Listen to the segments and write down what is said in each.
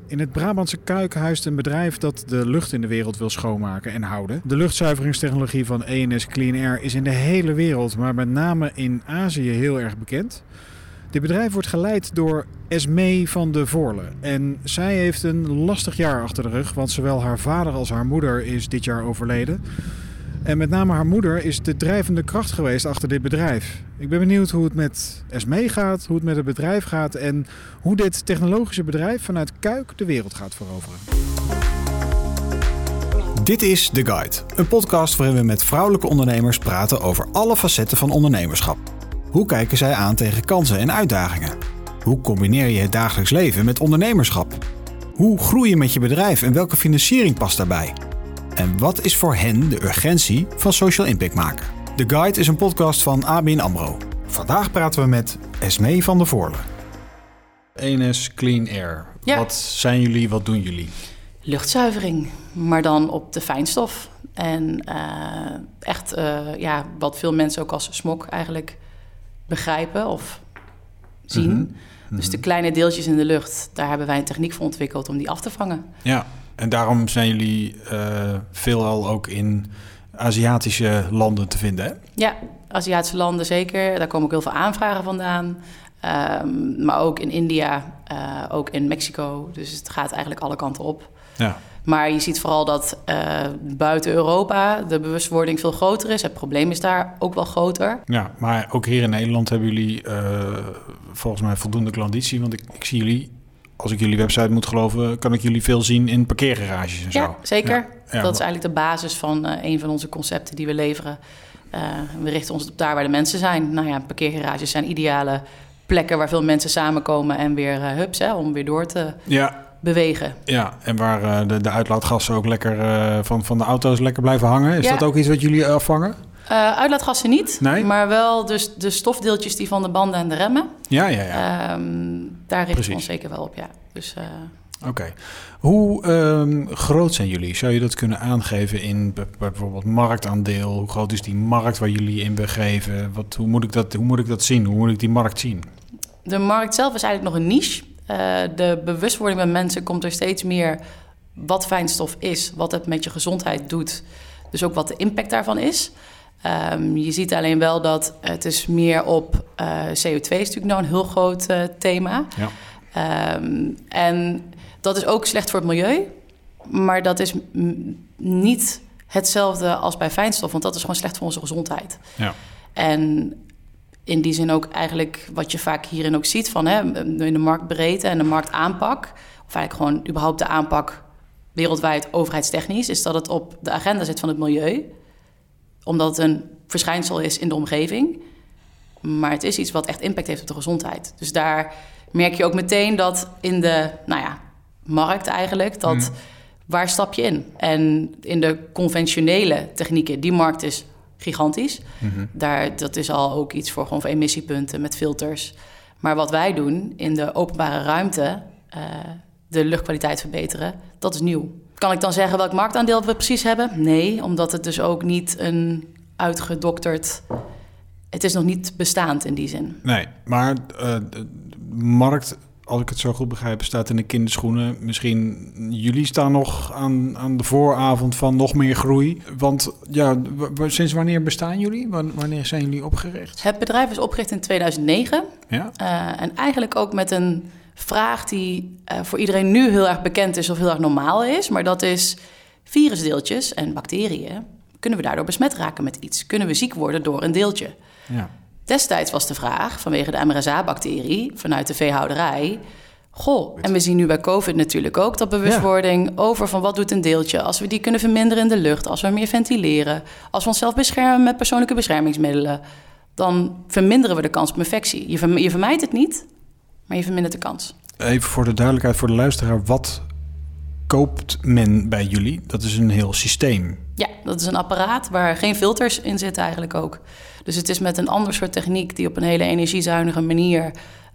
In het Brabantse Kuik huist een bedrijf dat de lucht in de wereld wil schoonmaken en houden. De luchtzuiveringstechnologie van ENS Clean Air is in de hele wereld, maar met name in Azië heel erg bekend. Dit bedrijf wordt geleid door Esmee van de Voorle. En zij heeft een lastig jaar achter de rug, want zowel haar vader als haar moeder is dit jaar overleden. En met name haar moeder is de drijvende kracht geweest achter dit bedrijf. Ik ben benieuwd hoe het met Esmee gaat, hoe het met het bedrijf gaat en hoe dit technologische bedrijf vanuit Kuik de wereld gaat veroveren. Dit is The Guide, een podcast waarin we met vrouwelijke ondernemers praten over alle facetten van ondernemerschap. Hoe kijken zij aan tegen kansen en uitdagingen? Hoe combineer je het dagelijks leven met ondernemerschap? Hoe groei je met je bedrijf en welke financiering past daarbij? En wat is voor hen de urgentie van social impact maken? The Guide is een podcast van ABN AMRO. Vandaag praten we met Esmee van de Voorle. ENS Clean Air. Ja. Wat zijn jullie, wat doen jullie? Luchtzuivering, maar dan op de fijnstof. En wat veel mensen ook als smog eigenlijk begrijpen of zien. Mm-hmm. Dus de kleine deeltjes in de lucht, daar hebben wij een techniek voor ontwikkeld om die af te vangen. Ja, en daarom zijn jullie veelal ook in Aziatische landen te vinden, hè? Ja, Aziatische landen zeker. Daar komen ook heel veel aanvragen vandaan. Maar ook in India, ook in Mexico. Dus het gaat eigenlijk alle kanten op. Ja. Maar je ziet vooral dat buiten Europa de bewustwording veel groter is. Het probleem is daar ook wel groter. Ja, maar ook hier in Nederland hebben jullie volgens mij voldoende klanditie. Want ik zie jullie, als ik jullie website moet geloven, kan ik jullie veel zien in parkeergarages en zo. Ja, zeker. Ja, dat is eigenlijk de basis van een van onze concepten die we leveren. We richten ons op daar waar de mensen zijn. Nou ja, parkeergarages zijn ideale plekken waar veel mensen samenkomen en weer hubs, om weer door te bewegen. Ja, en waar de uitlaatgassen ook lekker van de auto's lekker blijven hangen. Is dat ook iets wat jullie afvangen? Uitlaatgassen niet, nee? Maar wel dus de stofdeeltjes die van de banden en de remmen. Ja. Daar richten we ons zeker wel op, ja. Dus, Oké. Hoe groot zijn jullie? Zou je dat kunnen aangeven in bijvoorbeeld marktaandeel? Hoe groot is die markt waar jullie in begeven? Hoe moet ik dat zien? Hoe moet ik die markt zien? De markt zelf is eigenlijk nog een niche. De bewustwording bij mensen komt er steeds meer wat fijnstof is, wat het met je gezondheid doet. Dus ook wat de impact daarvan is. Je ziet alleen wel dat het is meer op CO2 is natuurlijk nou een heel groot thema. Ja. En dat is ook slecht voor het milieu. Maar dat is niet hetzelfde als bij fijnstof, want dat is gewoon slecht voor onze gezondheid. Ja. En in die zin ook eigenlijk wat je vaak hierin ook ziet van in de marktbreedte en de marktaanpak, of eigenlijk gewoon überhaupt de aanpak wereldwijd overheidstechnisch, is dat het op de agenda zit van het milieu, omdat het een verschijnsel is in de omgeving. Maar het is iets wat echt impact heeft op de gezondheid. Dus daar merk je ook meteen dat in de markt eigenlijk, dat waar stap je in? En in de conventionele technieken, die markt is gigantisch. Mm-hmm. Dat is al ook iets voor emissiepunten met filters. Maar wat wij doen in de openbare ruimte, de luchtkwaliteit verbeteren, dat is nieuw. Kan ik dan zeggen welk marktaandeel we precies hebben? Nee, omdat het dus ook niet een uitgedokterd... Het is nog niet bestaand in die zin. Nee, maar de markt, als ik het zo goed begrijp, staat in de kinderschoenen. Misschien jullie staan nog aan de vooravond van nog meer groei. Want sinds wanneer bestaan jullie? Wanneer zijn jullie opgericht? Het bedrijf is opgericht in 2009. Ja? En eigenlijk ook met een vraag die voor iedereen nu heel erg bekend is of heel erg normaal is. Maar dat is virusdeeltjes en bacteriën. Kunnen we daardoor besmet raken met iets? Kunnen we ziek worden door een deeltje? Ja. Destijds was de vraag, vanwege de MRSA-bacterie, vanuit de veehouderij. En we zien nu bij COVID natuurlijk ook dat bewustwording over van wat doet een deeltje. Als we die kunnen verminderen in de lucht, als we meer ventileren, als we onszelf beschermen met persoonlijke beschermingsmiddelen, dan verminderen we de kans op infectie. Je vermijdt het niet, maar je vermindert de kans. Even voor de duidelijkheid voor de luisteraar, wat koopt men bij jullie? Dat is een heel systeem. Ja, dat is een apparaat waar geen filters in zitten eigenlijk ook. Dus het is met een ander soort techniek die op een hele energiezuinige manier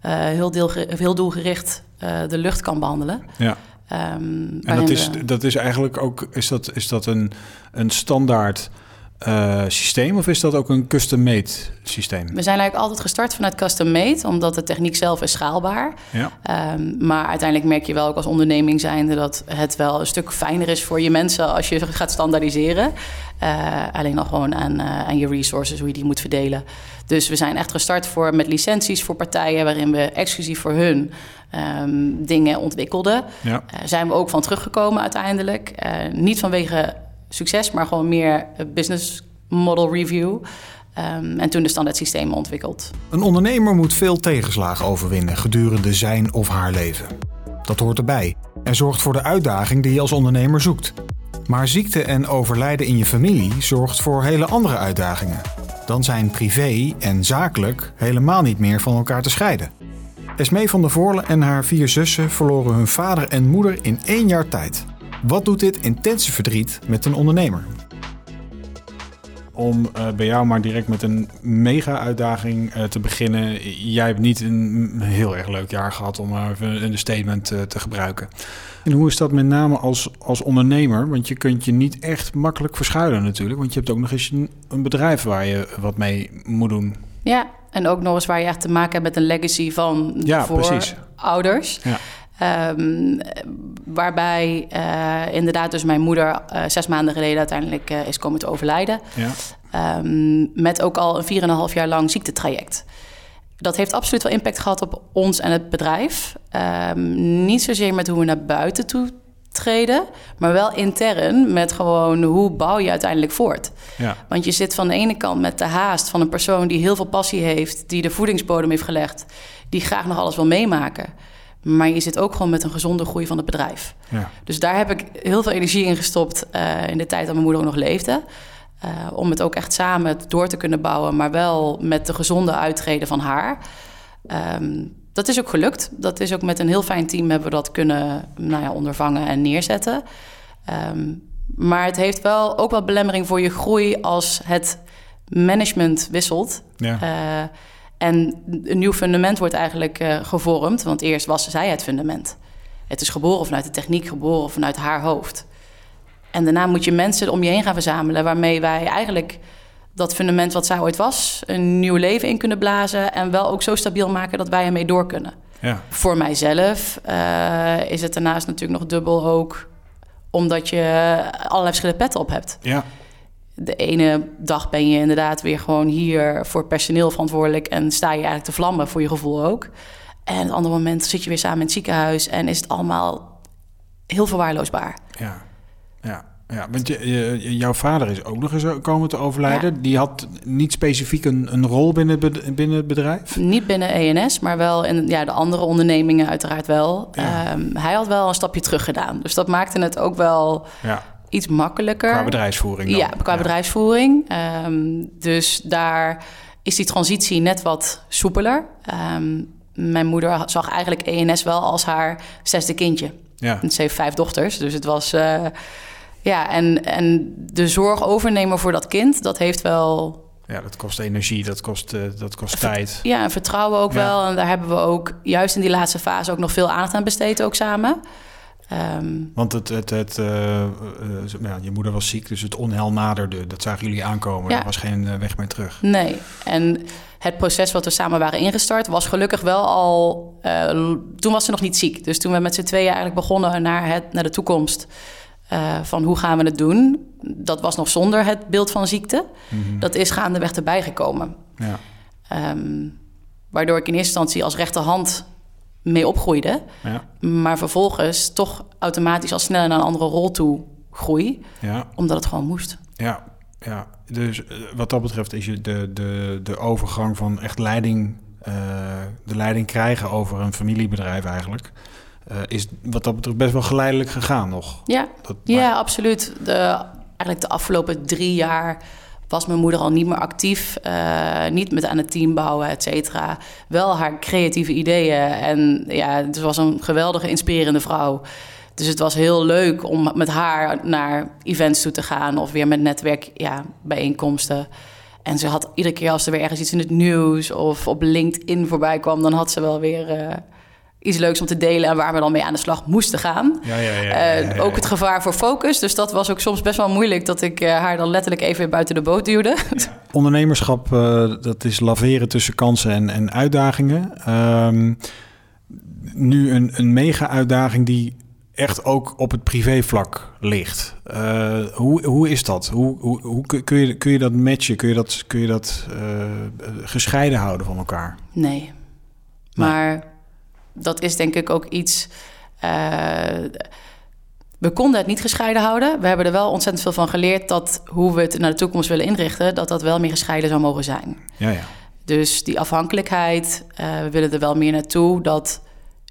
heel doelgericht de lucht kan behandelen. Ja. En dat is eigenlijk ook, is dat een standaard systeem of is dat ook een custom-made systeem? We zijn eigenlijk altijd gestart vanuit custom-made, omdat de techniek zelf is schaalbaar. Ja. Maar uiteindelijk merk je wel ook als onderneming zijnde dat het wel een stuk fijner is voor je mensen als je gaat standaardiseren. Alleen al gewoon aan je resources, hoe je die moet verdelen. Dus we zijn echt gestart met licenties voor partijen waarin we exclusief voor hun dingen ontwikkelden. Ja. Zijn we ook van teruggekomen uiteindelijk. Niet vanwege succes, maar gewoon meer business model review. En toen de standaard systemen ontwikkeld. Een ondernemer moet veel tegenslagen overwinnen gedurende zijn of haar leven. Dat hoort erbij en zorgt voor de uitdaging die je als ondernemer zoekt. Maar ziekte en overlijden in je familie zorgt voor hele andere uitdagingen. Dan zijn privé en zakelijk helemaal niet meer van elkaar te scheiden. Esmee van der Voorle en haar 4 zussen verloren hun vader en moeder in 1 jaar tijd. Wat doet dit intense verdriet met een ondernemer? Om bij jou maar direct met een mega-uitdaging te beginnen. Jij hebt niet een heel erg leuk jaar gehad, om even een statement te gebruiken. En hoe is dat met name als ondernemer? Want je kunt je niet echt makkelijk verschuilen natuurlijk. Want je hebt ook nog eens een bedrijf waar je wat mee moet doen. Ja, en ook nog eens waar je echt te maken hebt met een legacy van voorouders. Ja. Waarbij inderdaad dus mijn moeder 6 maanden geleden uiteindelijk is komen te overlijden. Ja. Met ook al een 4,5 jaar lang ziektetraject. Dat heeft absoluut wel impact gehad op ons en het bedrijf. Niet zozeer met hoe we naar buiten toe treden, maar wel intern met gewoon hoe bouw je uiteindelijk voort. Ja. Want je zit van de ene kant met de haast van een persoon die heel veel passie heeft, die de voedingsbodem heeft gelegd, die graag nog alles wil meemaken. Maar je zit ook gewoon met een gezonde groei van het bedrijf. Ja. Dus daar heb ik heel veel energie in gestopt in de tijd dat mijn moeder ook nog leefde. Om het ook echt samen door te kunnen bouwen, maar wel met de gezonde uittreden van haar. Dat is ook gelukt. Dat is ook met een heel fijn team hebben we dat kunnen ondervangen en neerzetten. Maar het heeft wel ook wat belemmering voor je groei als het management wisselt. Ja. En een nieuw fundament wordt eigenlijk gevormd. Want eerst was zij het fundament. Het is geboren vanuit de techniek, geboren vanuit haar hoofd. En daarna moet je mensen om je heen gaan verzamelen, waarmee wij eigenlijk dat fundament wat zij ooit was, een nieuw leven in kunnen blazen en wel ook zo stabiel maken dat wij ermee door kunnen. Ja. Voor mijzelf is het daarnaast natuurlijk nog dubbel ook, omdat je allerlei verschillende petten op hebt. Ja. De ene dag ben je inderdaad weer gewoon hier voor personeel verantwoordelijk en sta je eigenlijk te vlammen voor je gevoel ook. En het andere moment zit je weer samen in het ziekenhuis en is het allemaal heel verwaarloosbaar. Ja. Ja, want jouw vader is ook nog eens komen te overlijden. Ja. Die had niet specifiek een rol binnen het bedrijf? Niet binnen ENS, maar wel in de andere ondernemingen uiteraard wel. Ja. Hij had wel een stapje terug gedaan. Dus dat maakte het ook wel iets makkelijker. Qua bedrijfsvoering dan. Ja, qua bedrijfsvoering. Dus daar is die transitie net wat soepeler. Mijn moeder zag eigenlijk ENS wel als haar 6e kindje. Ja. Ze heeft 5 dochters, dus het was... en de zorg overnemen voor dat kind, dat heeft wel... Ja, dat kost energie, dat kost tijd. Ja, en vertrouwen ook wel. En daar hebben we ook juist in die laatste fase ook nog veel aandacht aan besteed, ook samen. Want je moeder was ziek, dus het onheil naderde. Dat zagen jullie aankomen. Ja. Er was geen weg meer terug. Nee, en het proces wat we samen waren ingestart was gelukkig wel al... toen was ze nog niet ziek. Dus toen we met z'n tweeën eigenlijk begonnen naar de toekomst... van hoe gaan we het doen? Dat was nog zonder het beeld van ziekte. Mm-hmm. Dat is gaandeweg erbij gekomen. Ja. Waardoor ik in eerste instantie als rechterhand mee opgroeide. Ja. Maar vervolgens toch automatisch al sneller naar een andere rol toe groei. Ja. Omdat het gewoon moest. Ja. Dus wat dat betreft is je de overgang van echt leiding... de leiding krijgen over een familiebedrijf eigenlijk... is wat dat betreft best wel geleidelijk gegaan nog. Ja, absoluut. Eigenlijk de afgelopen 3 jaar was mijn moeder al niet meer actief. Niet met aan het team bouwen, et cetera. Wel haar creatieve ideeën. En het was een geweldige, inspirerende vrouw. Dus het was heel leuk om met haar naar events toe te gaan... of weer met netwerkbijeenkomsten. En ze had iedere keer als er weer ergens iets in het nieuws... of op LinkedIn voorbij kwam... dan had ze wel weer... iets leuks om te delen en waar we dan mee aan de slag moesten gaan. Ook het gevaar voor focus. Dus dat was ook soms best wel moeilijk dat ik haar dan letterlijk even buiten de boot duwde. Ja. Ondernemerschap, dat is laveren tussen kansen en uitdagingen. Nu een mega-uitdaging die echt ook op het privévlak ligt. Hoe is dat? Hoe kun je dat matchen? Kun je dat gescheiden houden van elkaar? Nee. Maar dat is denk ik ook iets... we konden het niet gescheiden houden. We hebben er wel ontzettend veel van geleerd... dat hoe we het naar de toekomst willen inrichten... dat wel meer gescheiden zou mogen zijn. Ja. Dus die afhankelijkheid, we willen er wel meer naartoe... dat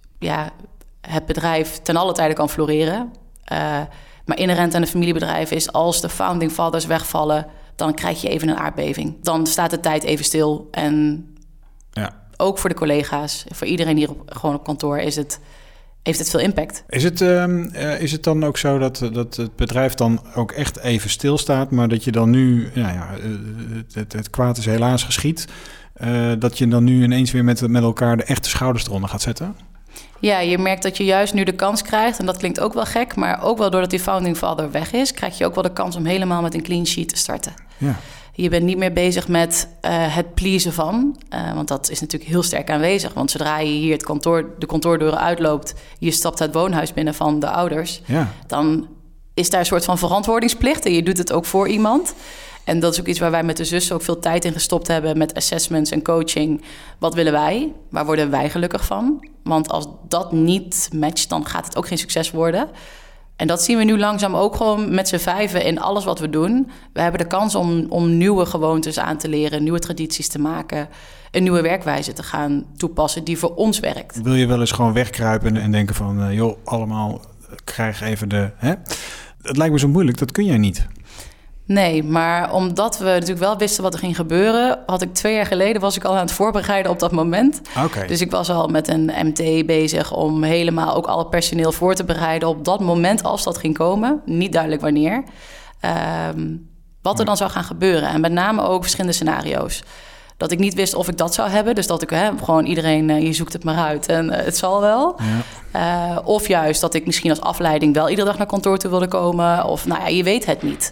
het bedrijf ten alle tijde kan floreren. Maar inherent aan een familiebedrijf is... als de founding fathers wegvallen... dan krijg je even een aardbeving. Dan staat de tijd even stil. En ook voor de collega's, voor iedereen hier op kantoor... heeft het veel impact. Is het dan ook zo dat het bedrijf dan ook echt even stilstaat... maar dat je dan nu... het kwaad is helaas geschied... dat je dan nu ineens weer met elkaar de echte schouders eronder gaat zetten? Ja, je merkt dat je juist nu de kans krijgt... en dat klinkt ook wel gek... maar ook wel doordat die founding father weg is... krijg je ook wel de kans om helemaal met een clean sheet te starten. Ja. Je bent niet meer bezig met het pleasen van... want dat is natuurlijk heel sterk aanwezig. Want zodra je hier de kantoordeuren uitloopt... je stapt het woonhuis binnen van de ouders... dan is daar een soort van verantwoordingsplicht... en je doet het ook voor iemand... En dat is ook iets waar wij met de zussen ook veel tijd in gestopt hebben... met assessments en coaching. Wat willen wij? Waar worden wij gelukkig van? Want als dat niet matcht, dan gaat het ook geen succes worden. En dat zien we nu langzaam ook gewoon met z'n vijven in alles wat we doen. We hebben de kans om nieuwe gewoontes aan te leren... nieuwe tradities te maken... een nieuwe werkwijze te gaan toepassen die voor ons werkt. Wil je wel eens gewoon wegkruipen en denken van... joh, allemaal krijg even de... Hè? Het lijkt me zo moeilijk, dat kun jij niet... Nee, maar omdat we natuurlijk wel wisten wat er ging gebeuren... had ik 2 jaar geleden was ik al aan het voorbereiden op dat moment. Okay. Dus ik was al met een MT bezig om helemaal ook alle personeel voor te bereiden... op dat moment als dat ging komen. Niet duidelijk wanneer. Wat er dan zou gaan gebeuren. En met name ook verschillende scenario's. Dat ik niet wist of ik dat zou hebben. Dus dat ik gewoon iedereen, je zoekt het maar uit en het zal wel. Ja. Of juist dat ik misschien als afleiding wel iedere dag naar kantoor toe wilde komen. Of je weet het niet.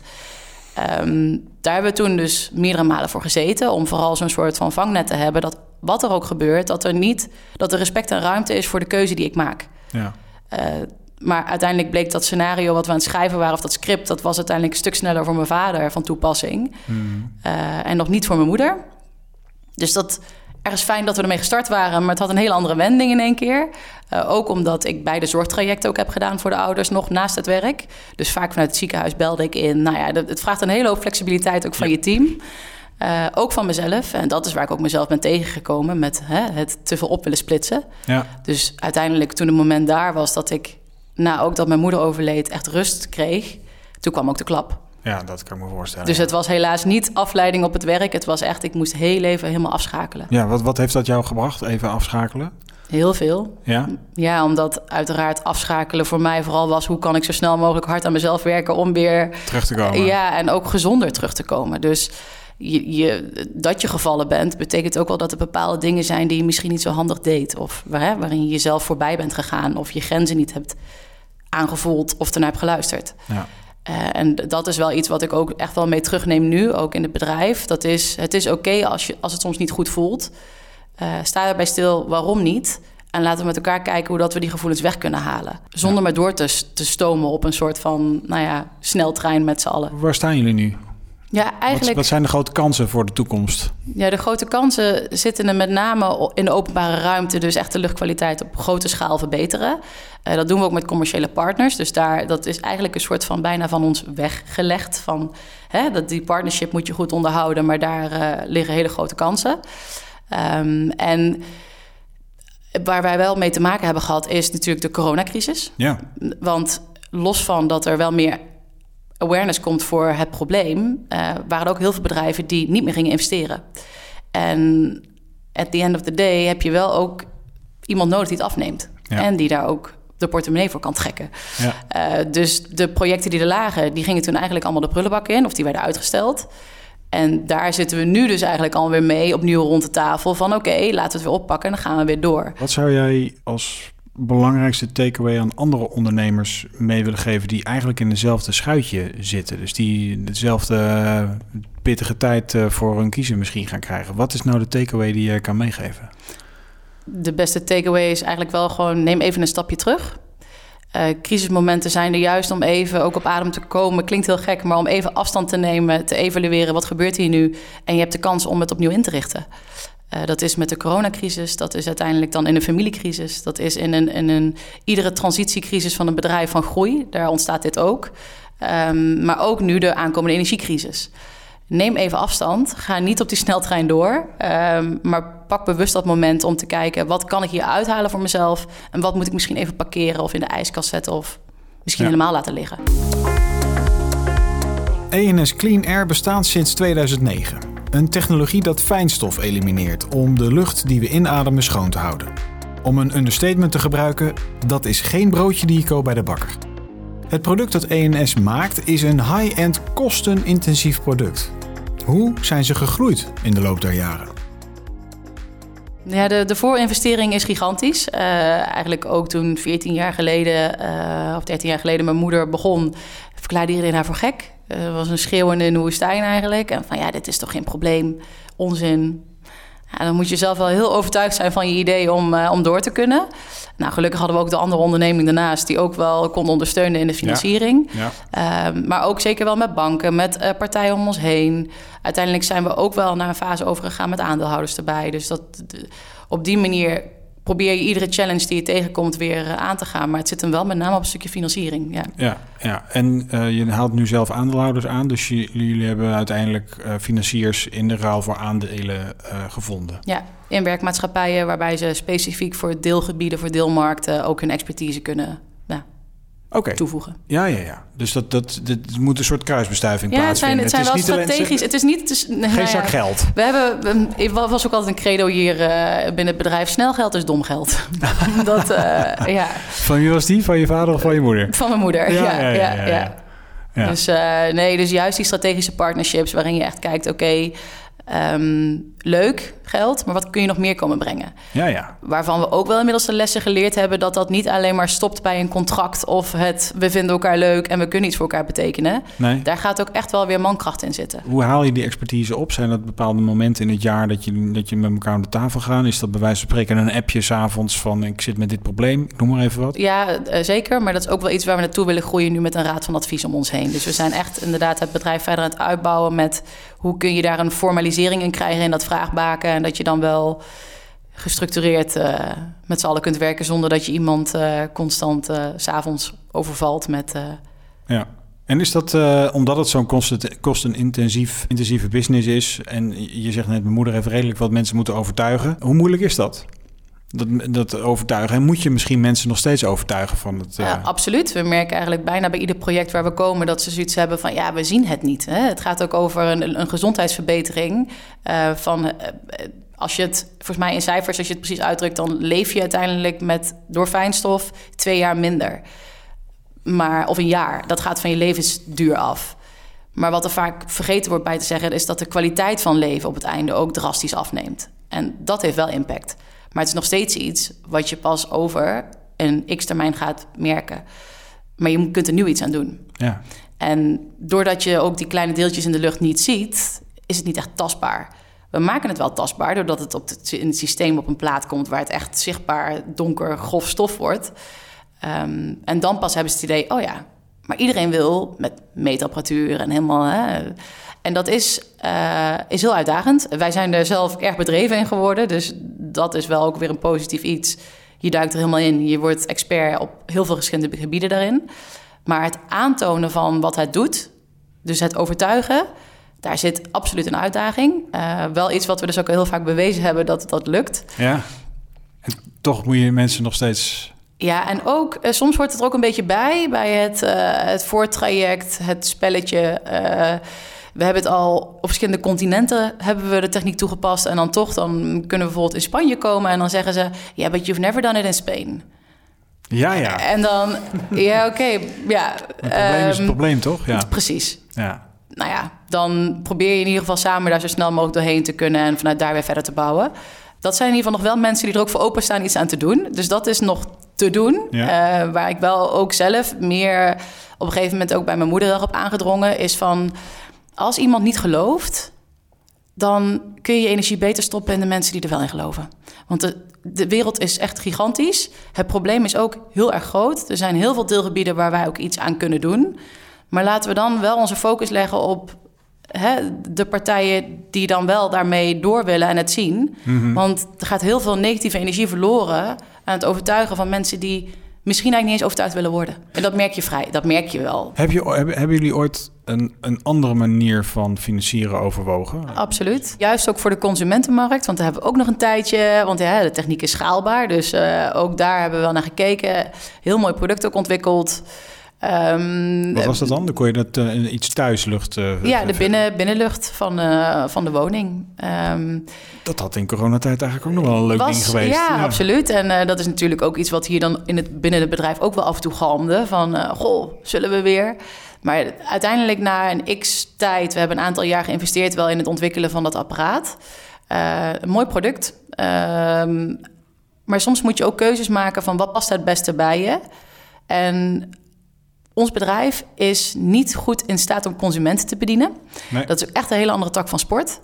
Daar hebben we toen dus meerdere malen voor gezeten... om vooral zo'n soort van vangnet te hebben... dat wat er ook gebeurt, dat er respect en ruimte is... voor de keuze die ik maak. Ja. Maar uiteindelijk bleek dat scenario wat we aan het schrijven waren... of dat script, dat was uiteindelijk een stuk sneller voor mijn vader van toepassing. En nog niet voor mijn moeder. Dus dat... Ergens fijn dat we ermee gestart waren, maar het had een hele andere wending in één keer. Ook omdat ik beide zorgtrajecten ook heb gedaan voor de ouders, nog naast het werk. Dus vaak vanuit het ziekenhuis belde ik in. Het vraagt een hele hoop flexibiliteit ook van je team. Ook van mezelf. En dat is waar ik ook mezelf ben tegengekomen met het te veel op willen splitsen. Ja. Dus uiteindelijk toen het moment daar was dat ik, ook dat mijn moeder overleed, echt rust kreeg. Toen kwam ook de klap. Ja, dat kan ik me voorstellen. Dus het was helaas niet afleiding op het werk. Het was echt, ik moest heel even helemaal afschakelen. Ja, wat heeft dat jou gebracht, even afschakelen? Heel veel. Ja? Ja, omdat uiteraard afschakelen voor mij vooral was... hoe kan ik zo snel mogelijk hard aan mezelf werken om weer... terug te komen. Ja, en ook gezonder terug te komen. Dus dat je gevallen bent, betekent ook wel dat er bepaalde dingen zijn... die je misschien niet zo handig deed. Of waarin je jezelf voorbij bent gegaan... of je grenzen niet hebt aangevoeld of ernaar hebt geluisterd. Ja. En dat is wel iets wat ik ook echt wel mee terugneem nu, ook in het bedrijf. Het is oké als het soms niet goed voelt. Sta erbij stil, waarom niet? En laten we met elkaar kijken hoe dat we die gevoelens weg kunnen halen. Zonder maar door te stomen op een soort van sneltrein met z'n allen. Waar staan jullie nu? Ja, eigenlijk... Wat zijn de grote kansen voor de toekomst? Ja, de grote kansen zitten er met name in de openbare ruimte. Dus echt de luchtkwaliteit op grote schaal verbeteren. Dat doen we ook met commerciële partners. Dus dat is eigenlijk een soort van bijna van ons weggelegd. Dat die partnership moet je goed onderhouden, maar daar liggen hele grote kansen. En waar wij wel mee te maken hebben gehad, is natuurlijk de coronacrisis. Ja. Want los van dat er wel meer awareness komt voor het probleem, waren er ook heel veel bedrijven die niet meer gingen investeren. En at the end of the day heb je wel ook iemand nodig die het afneemt. Ja. En die daar ook de portemonnee voor kan trekken. Ja. Dus de projecten die er lagen, die gingen toen eigenlijk allemaal de prullenbak in, of die werden uitgesteld. En daar zitten we nu dus eigenlijk alweer mee opnieuw rond de tafel van oké, laten we het weer oppakken en dan gaan we weer door. Wat zou jij als belangrijkste takeaway aan andere ondernemers mee willen geven die eigenlijk in dezelfde schuitje zitten? Dus die dezelfde pittige tijd voor hun kiezen misschien gaan krijgen. Wat is nou de takeaway die je kan meegeven? De beste takeaway is eigenlijk wel gewoon neem even een stapje terug. Crisismomenten zijn er juist om even ook op adem te komen. Klinkt heel gek, maar om even afstand te nemen, te evalueren wat gebeurt hier nu. En je hebt de kans om het opnieuw in te richten. Dat is met de coronacrisis, dat is uiteindelijk dan in een familiecrisis. Dat is in iedere transitiecrisis van een bedrijf van groei. Daar ontstaat dit ook. Maar ook nu de aankomende energiecrisis. Neem even afstand, ga niet op die sneltrein door. Maar pak bewust dat moment om te kijken, wat kan ik hier uithalen voor mezelf? En wat moet ik misschien even parkeren of in de ijskast zetten of misschien helemaal laten liggen. E&S Clean Air bestaat sinds 2009. Een technologie dat fijnstof elimineert om de lucht die we inademen schoon te houden. Om een understatement te gebruiken, dat is geen broodje die je koopt bij de bakker. Het product dat E&S maakt is een high-end kostenintensief product. Hoe zijn ze gegroeid in de loop der jaren? Ja, de voorinvestering is gigantisch. Eigenlijk ook toen 14 jaar geleden of 13 jaar geleden mijn moeder begon, verklaarde iedereen haar voor gek. Het was een schreeuwende in de woestijn eigenlijk. En van dit is toch geen probleem, onzin. Ja, dan moet je zelf wel heel overtuigd zijn van je idee om door te kunnen. Nou, gelukkig hadden we ook de andere onderneming daarnaast die ook wel kon ondersteunen in de financiering. Ja. Maar ook zeker wel met banken, met partijen om ons heen. Uiteindelijk zijn we ook wel naar een fase overgegaan met aandeelhouders erbij. Dus op die manier probeer je iedere challenge die je tegenkomt weer aan te gaan. Maar het zit hem wel met name op een stukje financiering. Ja. En je haalt nu zelf aandeelhouders aan. Dus jullie hebben uiteindelijk financiers in de ruil voor aandelen gevonden. Ja, in werkmaatschappijen waarbij ze specifiek voor deelgebieden, voor deelmarkten ook hun expertise kunnen toevoegen. Ja. Dus dat moet een soort kruisbestuiving plaatsvinden. Het zijn wel strategisch. Het is niet... Geen zak geld. We hebben... Het was ook altijd een credo hier binnen het bedrijf. Snel geld is dom geld. Van wie was die? Van je vader of van je moeder? Van mijn moeder, ja. Dus juist die strategische partnerships waarin je echt kijkt, oké, leuk geld, maar wat kun je nog meer komen brengen? Ja. Waarvan we ook wel inmiddels de lessen geleerd hebben dat niet alleen maar stopt bij een contract of we vinden elkaar leuk en we kunnen iets voor elkaar betekenen. Nee. Daar gaat ook echt wel weer mankracht in zitten. Hoe haal je die expertise op? Zijn dat bepaalde momenten in het jaar dat je met elkaar aan de tafel gaat? Is dat bij wijze van spreken een appje 's avonds van ik zit met dit probleem, ik noem maar even wat? Ja, zeker. Maar dat is ook wel iets waar we naartoe willen groeien nu met een raad van advies om ons heen. Dus we zijn echt inderdaad het bedrijf verder aan het uitbouwen met hoe kun je daar een formalisering in krijgen in dat vraagbaken en dat je dan wel gestructureerd met z'n allen kunt werken zonder dat je iemand constant 's avonds overvalt met... Ja. En is dat omdat het zo'n kostenintensieve business is en je zegt net, mijn moeder heeft redelijk wat mensen moeten overtuigen. Hoe moeilijk is dat? Dat overtuigen. En moet je misschien mensen nog steeds overtuigen van het... Absoluut. We merken eigenlijk bijna bij ieder project waar we komen dat ze zoiets hebben van we zien het niet. Hè? Het gaat ook over een gezondheidsverbetering als je het, volgens mij in cijfers, als je het precies uitdrukt, dan leef je uiteindelijk door fijnstof 2 jaar minder. Of een jaar. Dat gaat van je levensduur af. Maar wat er vaak vergeten wordt bij te zeggen, is dat de kwaliteit van leven op het einde ook drastisch afneemt. En dat heeft wel impact. Maar het is nog steeds iets wat je pas over een x-termijn gaat merken. Maar je kunt er nu iets aan doen. Ja. En doordat je ook die kleine deeltjes in de lucht niet ziet, is het niet echt tastbaar. We maken het wel tastbaar doordat het in het systeem op een plaat komt waar het echt zichtbaar donker, grof stof wordt. En dan pas hebben ze het idee, maar iedereen wil met meetapparatuur en helemaal... En dat is heel uitdagend. Wij zijn er zelf erg bedreven in geworden. Dus dat is wel ook weer een positief iets. Je duikt er helemaal in. Je wordt expert op heel veel verschillende gebieden daarin. Maar het aantonen van wat het doet, dus het overtuigen, daar zit absoluut een uitdaging. Wel iets wat we dus ook heel vaak bewezen hebben dat lukt. Ja, en toch moet je mensen nog steeds... Ja, en ook soms hoort het er ook een beetje bij het voortraject, het spelletje... We hebben het al op verschillende continenten hebben we de techniek toegepast. En dan kunnen we bijvoorbeeld in Spanje komen en dan zeggen ze... Yeah, but you've never done it in Spain. Ja. En dan, oké. Het probleem is het probleem, toch? Ja. Precies. Ja. nou ja, dan probeer je in ieder geval samen daar zo snel mogelijk doorheen te kunnen en vanuit daar weer verder te bouwen. Dat zijn in ieder geval nog wel mensen die er ook voor openstaan iets aan te doen. Dus dat is nog te doen. Ja. Waar ik wel ook zelf meer op een gegeven moment ook bij mijn moeder op aangedrongen is van, als iemand niet gelooft, dan kun je je energie beter stoppen in de mensen die er wel in geloven. Want de wereld is echt gigantisch. Het probleem is ook heel erg groot. Er zijn heel veel deelgebieden waar wij ook iets aan kunnen doen. Maar laten we dan wel onze focus leggen op de partijen die dan wel daarmee door willen en het zien. Mm-hmm. Want er gaat heel veel negatieve energie verloren aan het overtuigen van mensen die misschien eigenlijk niet eens overtuigd willen worden. En dat merk je wel. Hebben jullie ooit een andere manier van financieren overwogen? Absoluut. Juist ook voor de consumentenmarkt, want daar hebben we ook nog een tijdje. Want de techniek is schaalbaar, dus ook daar hebben we wel naar gekeken. Heel mooi product ook ontwikkeld. Wat was dat dan? Dan kon je dat iets thuislucht... de binnenlucht van de woning. Dat had in coronatijd eigenlijk ook nog wel een leuk ding geweest. Ja, absoluut. En dat is natuurlijk ook iets wat hier dan binnen het bedrijf ook wel af en toe galmde. Van, zullen we weer? Maar uiteindelijk na een x-tijd... we hebben een aantal jaar geïnvesteerd wel in het ontwikkelen van dat apparaat. Een mooi product. Maar soms moet je ook keuzes maken van wat past het beste bij je. En ons bedrijf is niet goed in staat om consumenten te bedienen. Nee. Dat is echt een hele andere tak van sport.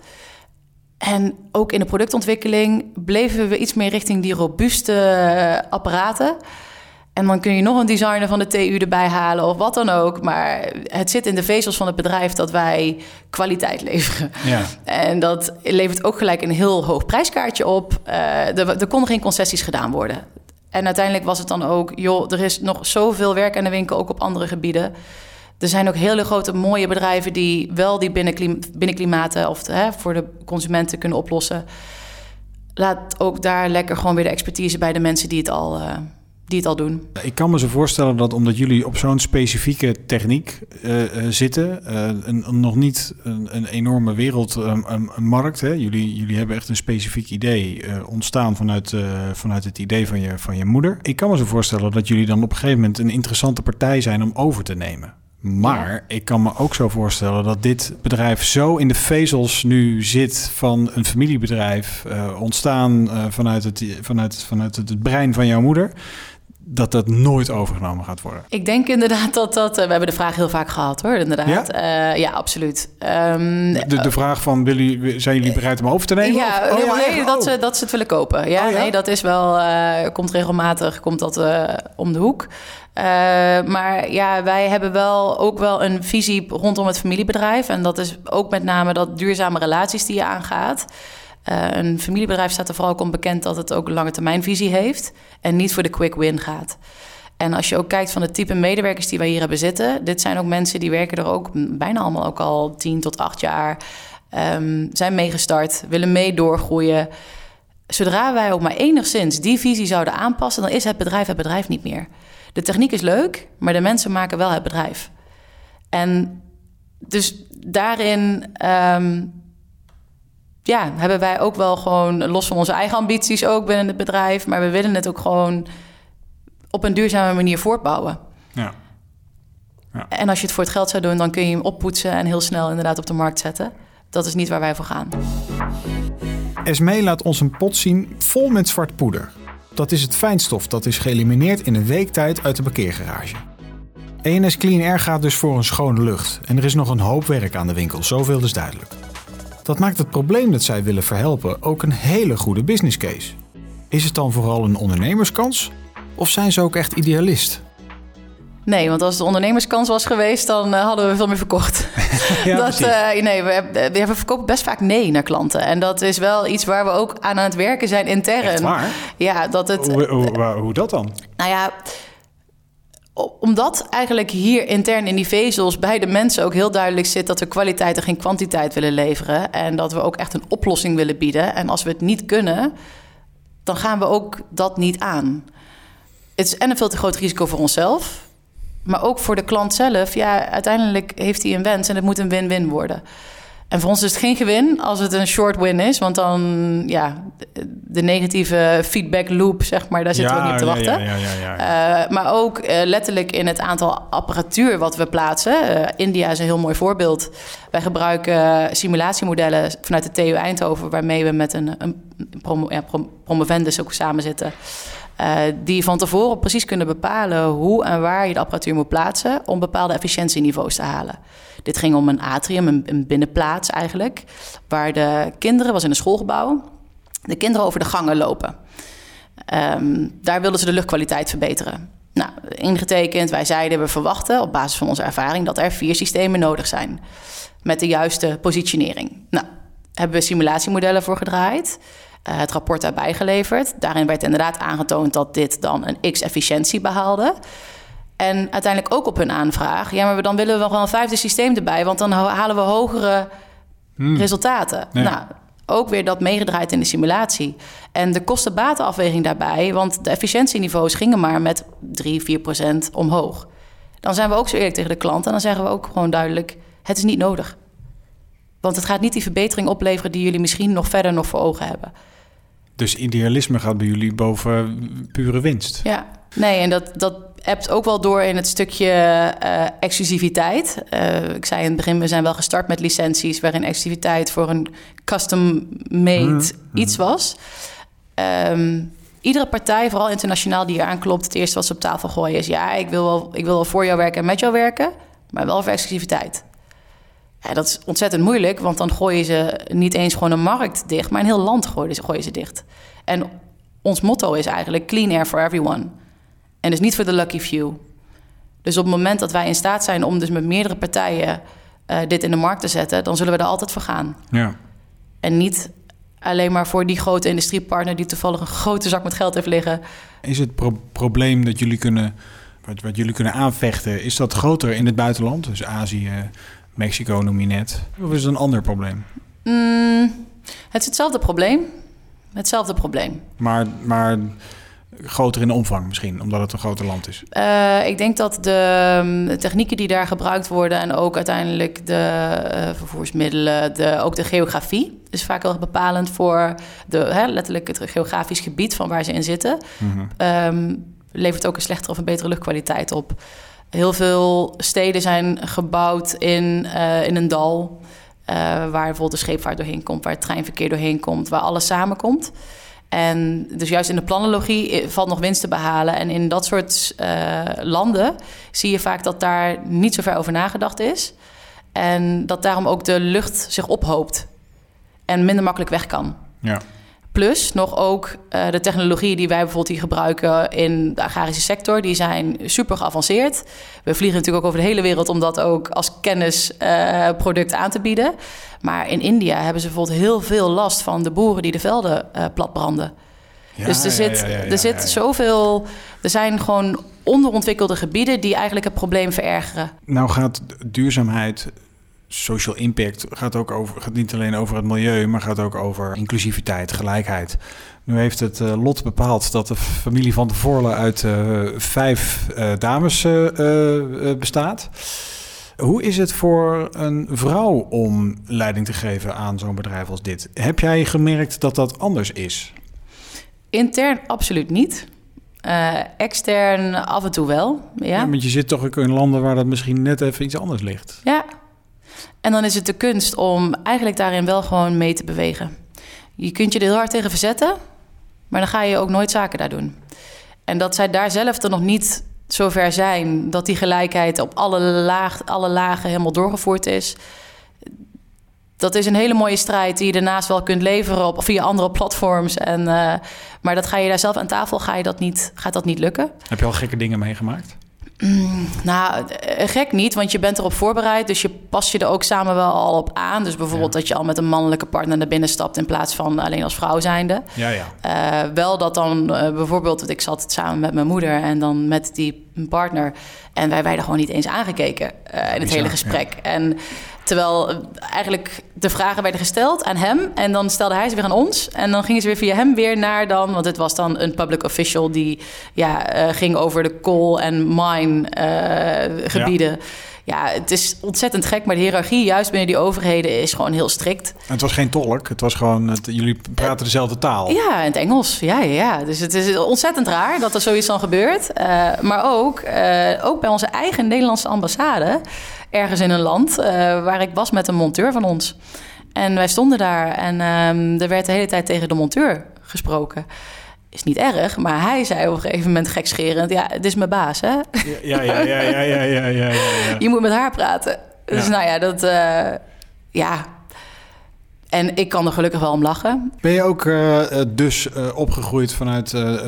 En ook in de productontwikkeling bleven we iets meer richting die robuuste apparaten. En dan kun je nog een designer van de TU erbij halen of wat dan ook. Maar het zit in de vezels van het bedrijf dat wij kwaliteit leveren. Ja. En dat levert ook gelijk een heel hoog prijskaartje op. Er konden geen concessies gedaan worden. En uiteindelijk was het dan ook, er is nog zoveel werk aan de winkel, ook op andere gebieden. Er zijn ook hele grote, mooie bedrijven die wel die binnenklimaten of voor de consumenten kunnen oplossen. Laat ook daar lekker gewoon weer de expertise bij de mensen die het al doen. Ik kan me zo voorstellen dat omdat jullie op zo'n specifieke techniek zitten, nog niet een enorme wereldmarkt. Jullie hebben echt een specifiek idee ontstaan vanuit het idee van je moeder. Ik kan me zo voorstellen dat jullie dan op een gegeven moment een interessante partij zijn om over te nemen. Maar ik kan me ook zo voorstellen dat dit bedrijf zo in de vezels nu zit van een familiebedrijf, ontstaan vanuit het brein van jouw moeder, dat nooit overgenomen gaat worden. Ik denk inderdaad dat we hebben de vraag heel vaak gehad, hoor, inderdaad. Ja, ja, absoluut. De vraag van, zijn jullie bereid om over te nemen? Ja, dat ze het willen kopen. Ja, nee, dat is wel, komt regelmatig om de hoek. Maar ja, wij hebben ook wel een visie rondom het familiebedrijf. En dat is ook met name dat duurzame relaties die je aangaat. Een familiebedrijf staat er vooral ook om bekend dat het ook een lange termijnvisie heeft en niet voor de quick win gaat. En als je ook kijkt van het type medewerkers die wij hier hebben zitten, dit zijn ook mensen die werken er ook bijna allemaal ook al 10 tot 8 jaar, zijn meegestart, willen mee doorgroeien. Zodra wij ook maar enigszins die visie zouden aanpassen, dan is het bedrijf niet meer. De techniek is leuk, maar de mensen maken wel het bedrijf. En dus daarin hebben wij ook wel gewoon, los van onze eigen ambities ook binnen het bedrijf, maar we willen het ook gewoon op een duurzame manier voortbouwen. Ja. Ja. En als je het voor het geld zou doen, dan kun je hem oppoetsen en heel snel inderdaad op de markt zetten. Dat is niet waar wij voor gaan. Esmee laat ons een pot zien vol met zwart poeder. Dat is het fijnstof dat is geëlimineerd in een week tijd uit de parkeergarage. ENS Clean Air gaat dus voor een schone lucht. En er is nog een hoop werk aan de winkel, zoveel is duidelijk. Dat maakt het probleem dat zij willen verhelpen ook een hele goede business case. Is het dan vooral een ondernemerskans? Of zijn ze ook echt idealist? Nee, want als het ondernemerskans was geweest, dan hadden we veel meer verkocht. Ja, we verkopen best vaak nee naar klanten. En dat is wel iets waar we ook aan het werken zijn intern. Echt waar? Ja, dat het. Hoe dat dan? Nou ja, omdat eigenlijk hier intern in die vezels bij de mensen ook heel duidelijk zit dat we kwaliteit en geen kwantiteit willen leveren. En dat we ook echt een oplossing willen bieden. En als we het niet kunnen, dan gaan we ook dat niet aan. Het is een veel te groot risico voor onszelf. Maar ook voor de klant zelf. Ja, uiteindelijk heeft hij een wens en het moet een win-win worden. En voor ons is het geen gewin als het een short win is. Want dan, de negatieve feedback loop, zeg maar, daar zitten we ook niet op te wachten. Maar ook letterlijk in het aantal apparatuur wat we plaatsen. India is een heel mooi voorbeeld. Wij gebruiken simulatiemodellen vanuit de TU Eindhoven, waarmee we met een promovendus ook samen zitten. Die van tevoren precies kunnen bepalen hoe en waar je de apparatuur moet plaatsen om bepaalde efficiëntieniveaus te halen. Dit ging om een atrium, een binnenplaats eigenlijk, waar de kinderen, was in een schoolgebouw, de kinderen over de gangen lopen. Daar wilden ze de luchtkwaliteit verbeteren. Nou, ingetekend, wij zeiden, we verwachten op basis van onze ervaring dat er 4 systemen nodig zijn met de juiste positionering. Nou, hebben we simulatiemodellen voor gedraaid. Het rapport daarbij geleverd. Daarin werd inderdaad aangetoond dat dit dan een x-efficiëntie behaalde. En uiteindelijk ook op hun aanvraag. Ja, maar dan willen we nog wel een 5e systeem erbij, want dan halen we hogere resultaten. Ja. Nou, ook weer dat meegedraaid in de simulatie. En de kosten-batenafweging daarbij, want de efficiëntieniveaus gingen maar met 3-4% omhoog. Dan zijn we ook zo eerlijk tegen de klant en dan zeggen we ook gewoon duidelijk, het is niet nodig. Want het gaat niet die verbetering opleveren die jullie misschien nog verder nog voor ogen hebben. Dus idealisme gaat bij jullie boven pure winst. Ja, nee, en dat appt ook wel door in het stukje exclusiviteit. Ik zei in het begin, we zijn wel gestart met licenties waarin exclusiviteit voor een custom-made iets was. Iedere partij, vooral internationaal, die hier aanklopt, het eerste wat ze op tafel gooien is, ja, ik wil wel voor jou werken en met jou werken, maar wel voor exclusiviteit. Ja, dat is ontzettend moeilijk, want dan gooien ze niet eens gewoon een markt dicht, maar een heel land gooien ze dicht. En ons motto is eigenlijk clean air for everyone. En dus niet voor de lucky few. Dus op het moment dat wij in staat zijn om dus met meerdere partijen dit in de markt te zetten, dan zullen we er altijd voor gaan. Ja. En niet alleen maar voor die grote industriepartner die toevallig een grote zak met geld heeft liggen. Is het probleem dat jullie wat jullie kunnen aanvechten, is dat groter in het buitenland? Dus Azië, Mexico noem je net. Of is het een ander probleem? Het is hetzelfde probleem. Maar groter in omvang misschien, omdat het een groter land is? Ik denk dat de technieken die daar gebruikt worden en ook uiteindelijk de vervoersmiddelen, ook de geografie is vaak wel bepalend voor letterlijk het geografisch gebied van waar ze in zitten. Levert ook een slechtere of een betere luchtkwaliteit op. Heel veel steden zijn gebouwd in een dal, waar bijvoorbeeld de scheepvaart doorheen komt, waar het treinverkeer doorheen komt, waar alles samenkomt. En dus juist in de planologie valt nog winst te behalen. En in dat soort landen zie je vaak dat daar niet zo ver over nagedacht is. En dat daarom ook de lucht zich ophoopt en minder makkelijk weg kan. Ja. Plus nog ook de technologieën die wij bijvoorbeeld hier gebruiken in de agrarische sector, die zijn super geavanceerd. We vliegen natuurlijk ook over de hele wereld om dat ook als kennisproduct aan te bieden. Maar in India hebben ze bijvoorbeeld heel veel last van de boeren die de velden platbranden. Ja, dus er zit zoveel. Er zijn gewoon onderontwikkelde gebieden die eigenlijk het probleem verergeren. Nou gaat duurzaamheid, social impact, gaat niet alleen over het milieu, maar gaat ook over inclusiviteit, gelijkheid. Nu heeft het lot bepaald dat de familie van de Voorle uit 5 dames bestaat. Hoe is het voor een vrouw om leiding te geven aan zo'n bedrijf als dit? Heb jij gemerkt dat dat anders is? Intern absoluut niet. Extern af en toe wel. Ja, want je zit toch ook in landen waar dat misschien net even iets anders ligt. Ja. En dan is het de kunst om eigenlijk daarin wel gewoon mee te bewegen. Je kunt je er heel hard tegen verzetten, maar dan ga je ook nooit zaken daar doen. En dat zij daar zelf er nog niet zover zijn dat die gelijkheid op alle lagen helemaal doorgevoerd is. Dat is een hele mooie strijd die je daarnaast wel kunt leveren via andere platforms. Maar dat ga je daar zelf aan tafel, gaat dat niet lukken. Heb je al gekke dingen meegemaakt? Nou, gek niet, want je bent erop voorbereid. Dus je past je er ook samen wel al op aan. Dus bijvoorbeeld dat je al met een mannelijke partner naar binnen stapt in plaats van alleen als vrouw zijnde. Ja. Wel dat dan bijvoorbeeld, ik zat samen met mijn moeder en dan met die partner. En wij werden gewoon niet eens aangekeken in het hele gesprek. Ja. En terwijl eigenlijk de vragen werden gesteld aan hem. En dan stelde hij ze weer aan ons. En dan gingen ze weer via hem weer naar dan. Want het was dan een public official die ging over de coal en mine gebieden. Ja, het is ontzettend gek, maar de hiërarchie juist binnen die overheden is gewoon heel strikt. En het was geen tolk, het was gewoon, jullie praten dezelfde taal. Ja, in het Engels. Ja. Dus het is ontzettend raar dat er zoiets dan gebeurt. Maar ook bij onze eigen Nederlandse ambassade, ergens in een land, waar ik was met een monteur van ons. En wij stonden daar en er werd de hele tijd tegen de monteur gesproken. Is niet erg, maar hij zei op een gegeven moment gekscherend... ja, dit is mijn baas, hè? Ja. Je moet met haar praten. Dus ja. En ik kan er gelukkig wel om lachen. Ben je ook opgegroeid vanuit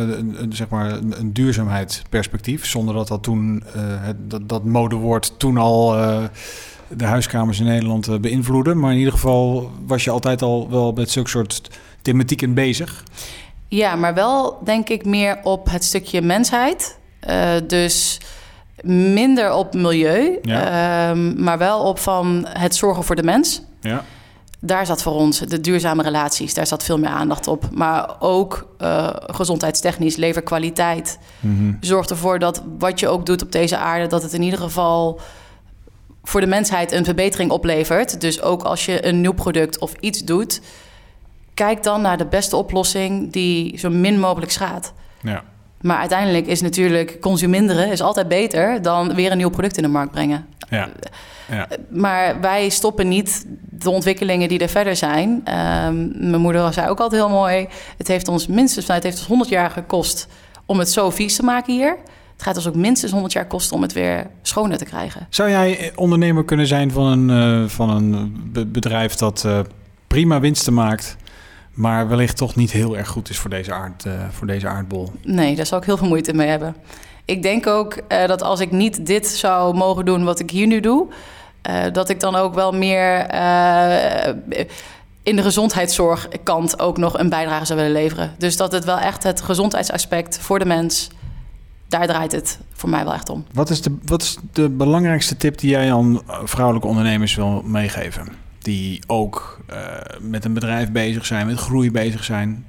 een duurzaamheidsperspectief... zonder dat toen dat modewoord toen al... de huiskamers in Nederland beïnvloedde. Maar in ieder geval was je altijd al wel met zulke soort thematieken bezig. Ja, maar wel denk ik meer op het stukje mensheid. Dus minder op milieu. Ja. Maar wel op van het zorgen voor de mens. Ja. Daar zat voor ons de duurzame relaties. Daar zat veel meer aandacht op. Maar ook gezondheidstechnisch, leverkwaliteit. Mm-hmm. Zorg ervoor dat wat je ook doet op deze aarde... dat het in ieder geval... voor de mensheid een verbetering oplevert. Dus ook als je een nieuw product of iets doet... kijk dan naar de beste oplossing die zo min mogelijk schaadt. Ja. Maar uiteindelijk is natuurlijk consuminderen is altijd beter... dan weer een nieuw product in de markt brengen. Ja. Ja. Maar wij stoppen niet de ontwikkelingen die er verder zijn. Mijn moeder zei ook altijd heel mooi... het heeft ons 100 jaar gekost om het zo vies te maken hier... Het gaat dus ook minstens 100 jaar kosten om het weer schoner te krijgen. Zou jij ondernemer kunnen zijn van een bedrijf dat prima winsten maakt... maar wellicht toch niet heel erg goed is voor deze aardbol? Nee, daar zou ik heel veel moeite mee hebben. Ik denk ook dat als ik niet dit zou mogen doen wat ik hier nu doe... dat ik dan ook wel meer in de gezondheidszorgkant ook nog een bijdrage zou willen leveren. Dus dat het wel echt het gezondheidsaspect voor de mens... daar draait het voor mij wel echt om. Wat is de belangrijkste tip die jij aan vrouwelijke ondernemers wil meegeven? Die ook met een bedrijf bezig zijn, met groei bezig zijn?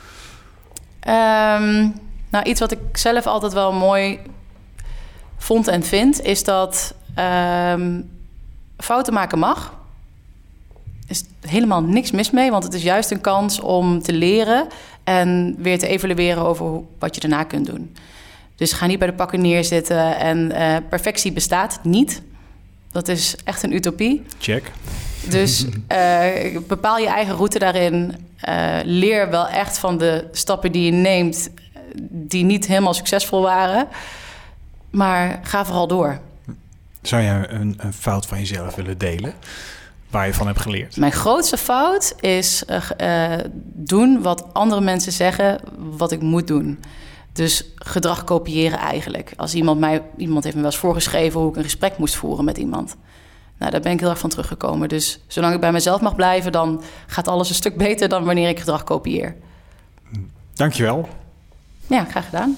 Iets wat ik zelf altijd wel mooi vond en vind... is dat fouten maken mag. Er is helemaal niks mis mee, want het is juist een kans om te leren... en weer te evalueren over wat je daarna kunt doen. Dus ga niet bij de pakken neerzitten en perfectie bestaat niet. Dat is echt een utopie. Check. Dus bepaal je eigen route daarin. Leer wel echt van de stappen die je neemt... die niet helemaal succesvol waren. Maar ga vooral door. Zou jij een fout van jezelf willen delen... waar je van hebt geleerd? Mijn grootste fout is doen wat andere mensen zeggen... wat ik moet doen. Dus gedrag kopiëren eigenlijk. Als iemand heeft me wel eens voorgeschreven... hoe ik een gesprek moest voeren met iemand. Nou, daar ben ik heel erg van teruggekomen. Dus zolang ik bij mezelf mag blijven... dan gaat alles een stuk beter dan wanneer ik gedrag kopieer. Dankjewel. Ja, graag gedaan.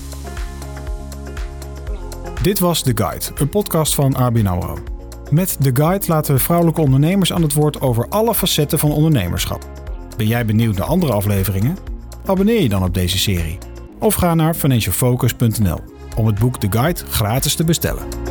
Dit was The Guide, een podcast van ABN AMRO. Met The Guide laten we vrouwelijke ondernemers aan het woord... over alle facetten van ondernemerschap. Ben jij benieuwd naar andere afleveringen? Abonneer je dan op deze serie. Of ga naar financialfocus.nl om het boek The Guide gratis te bestellen.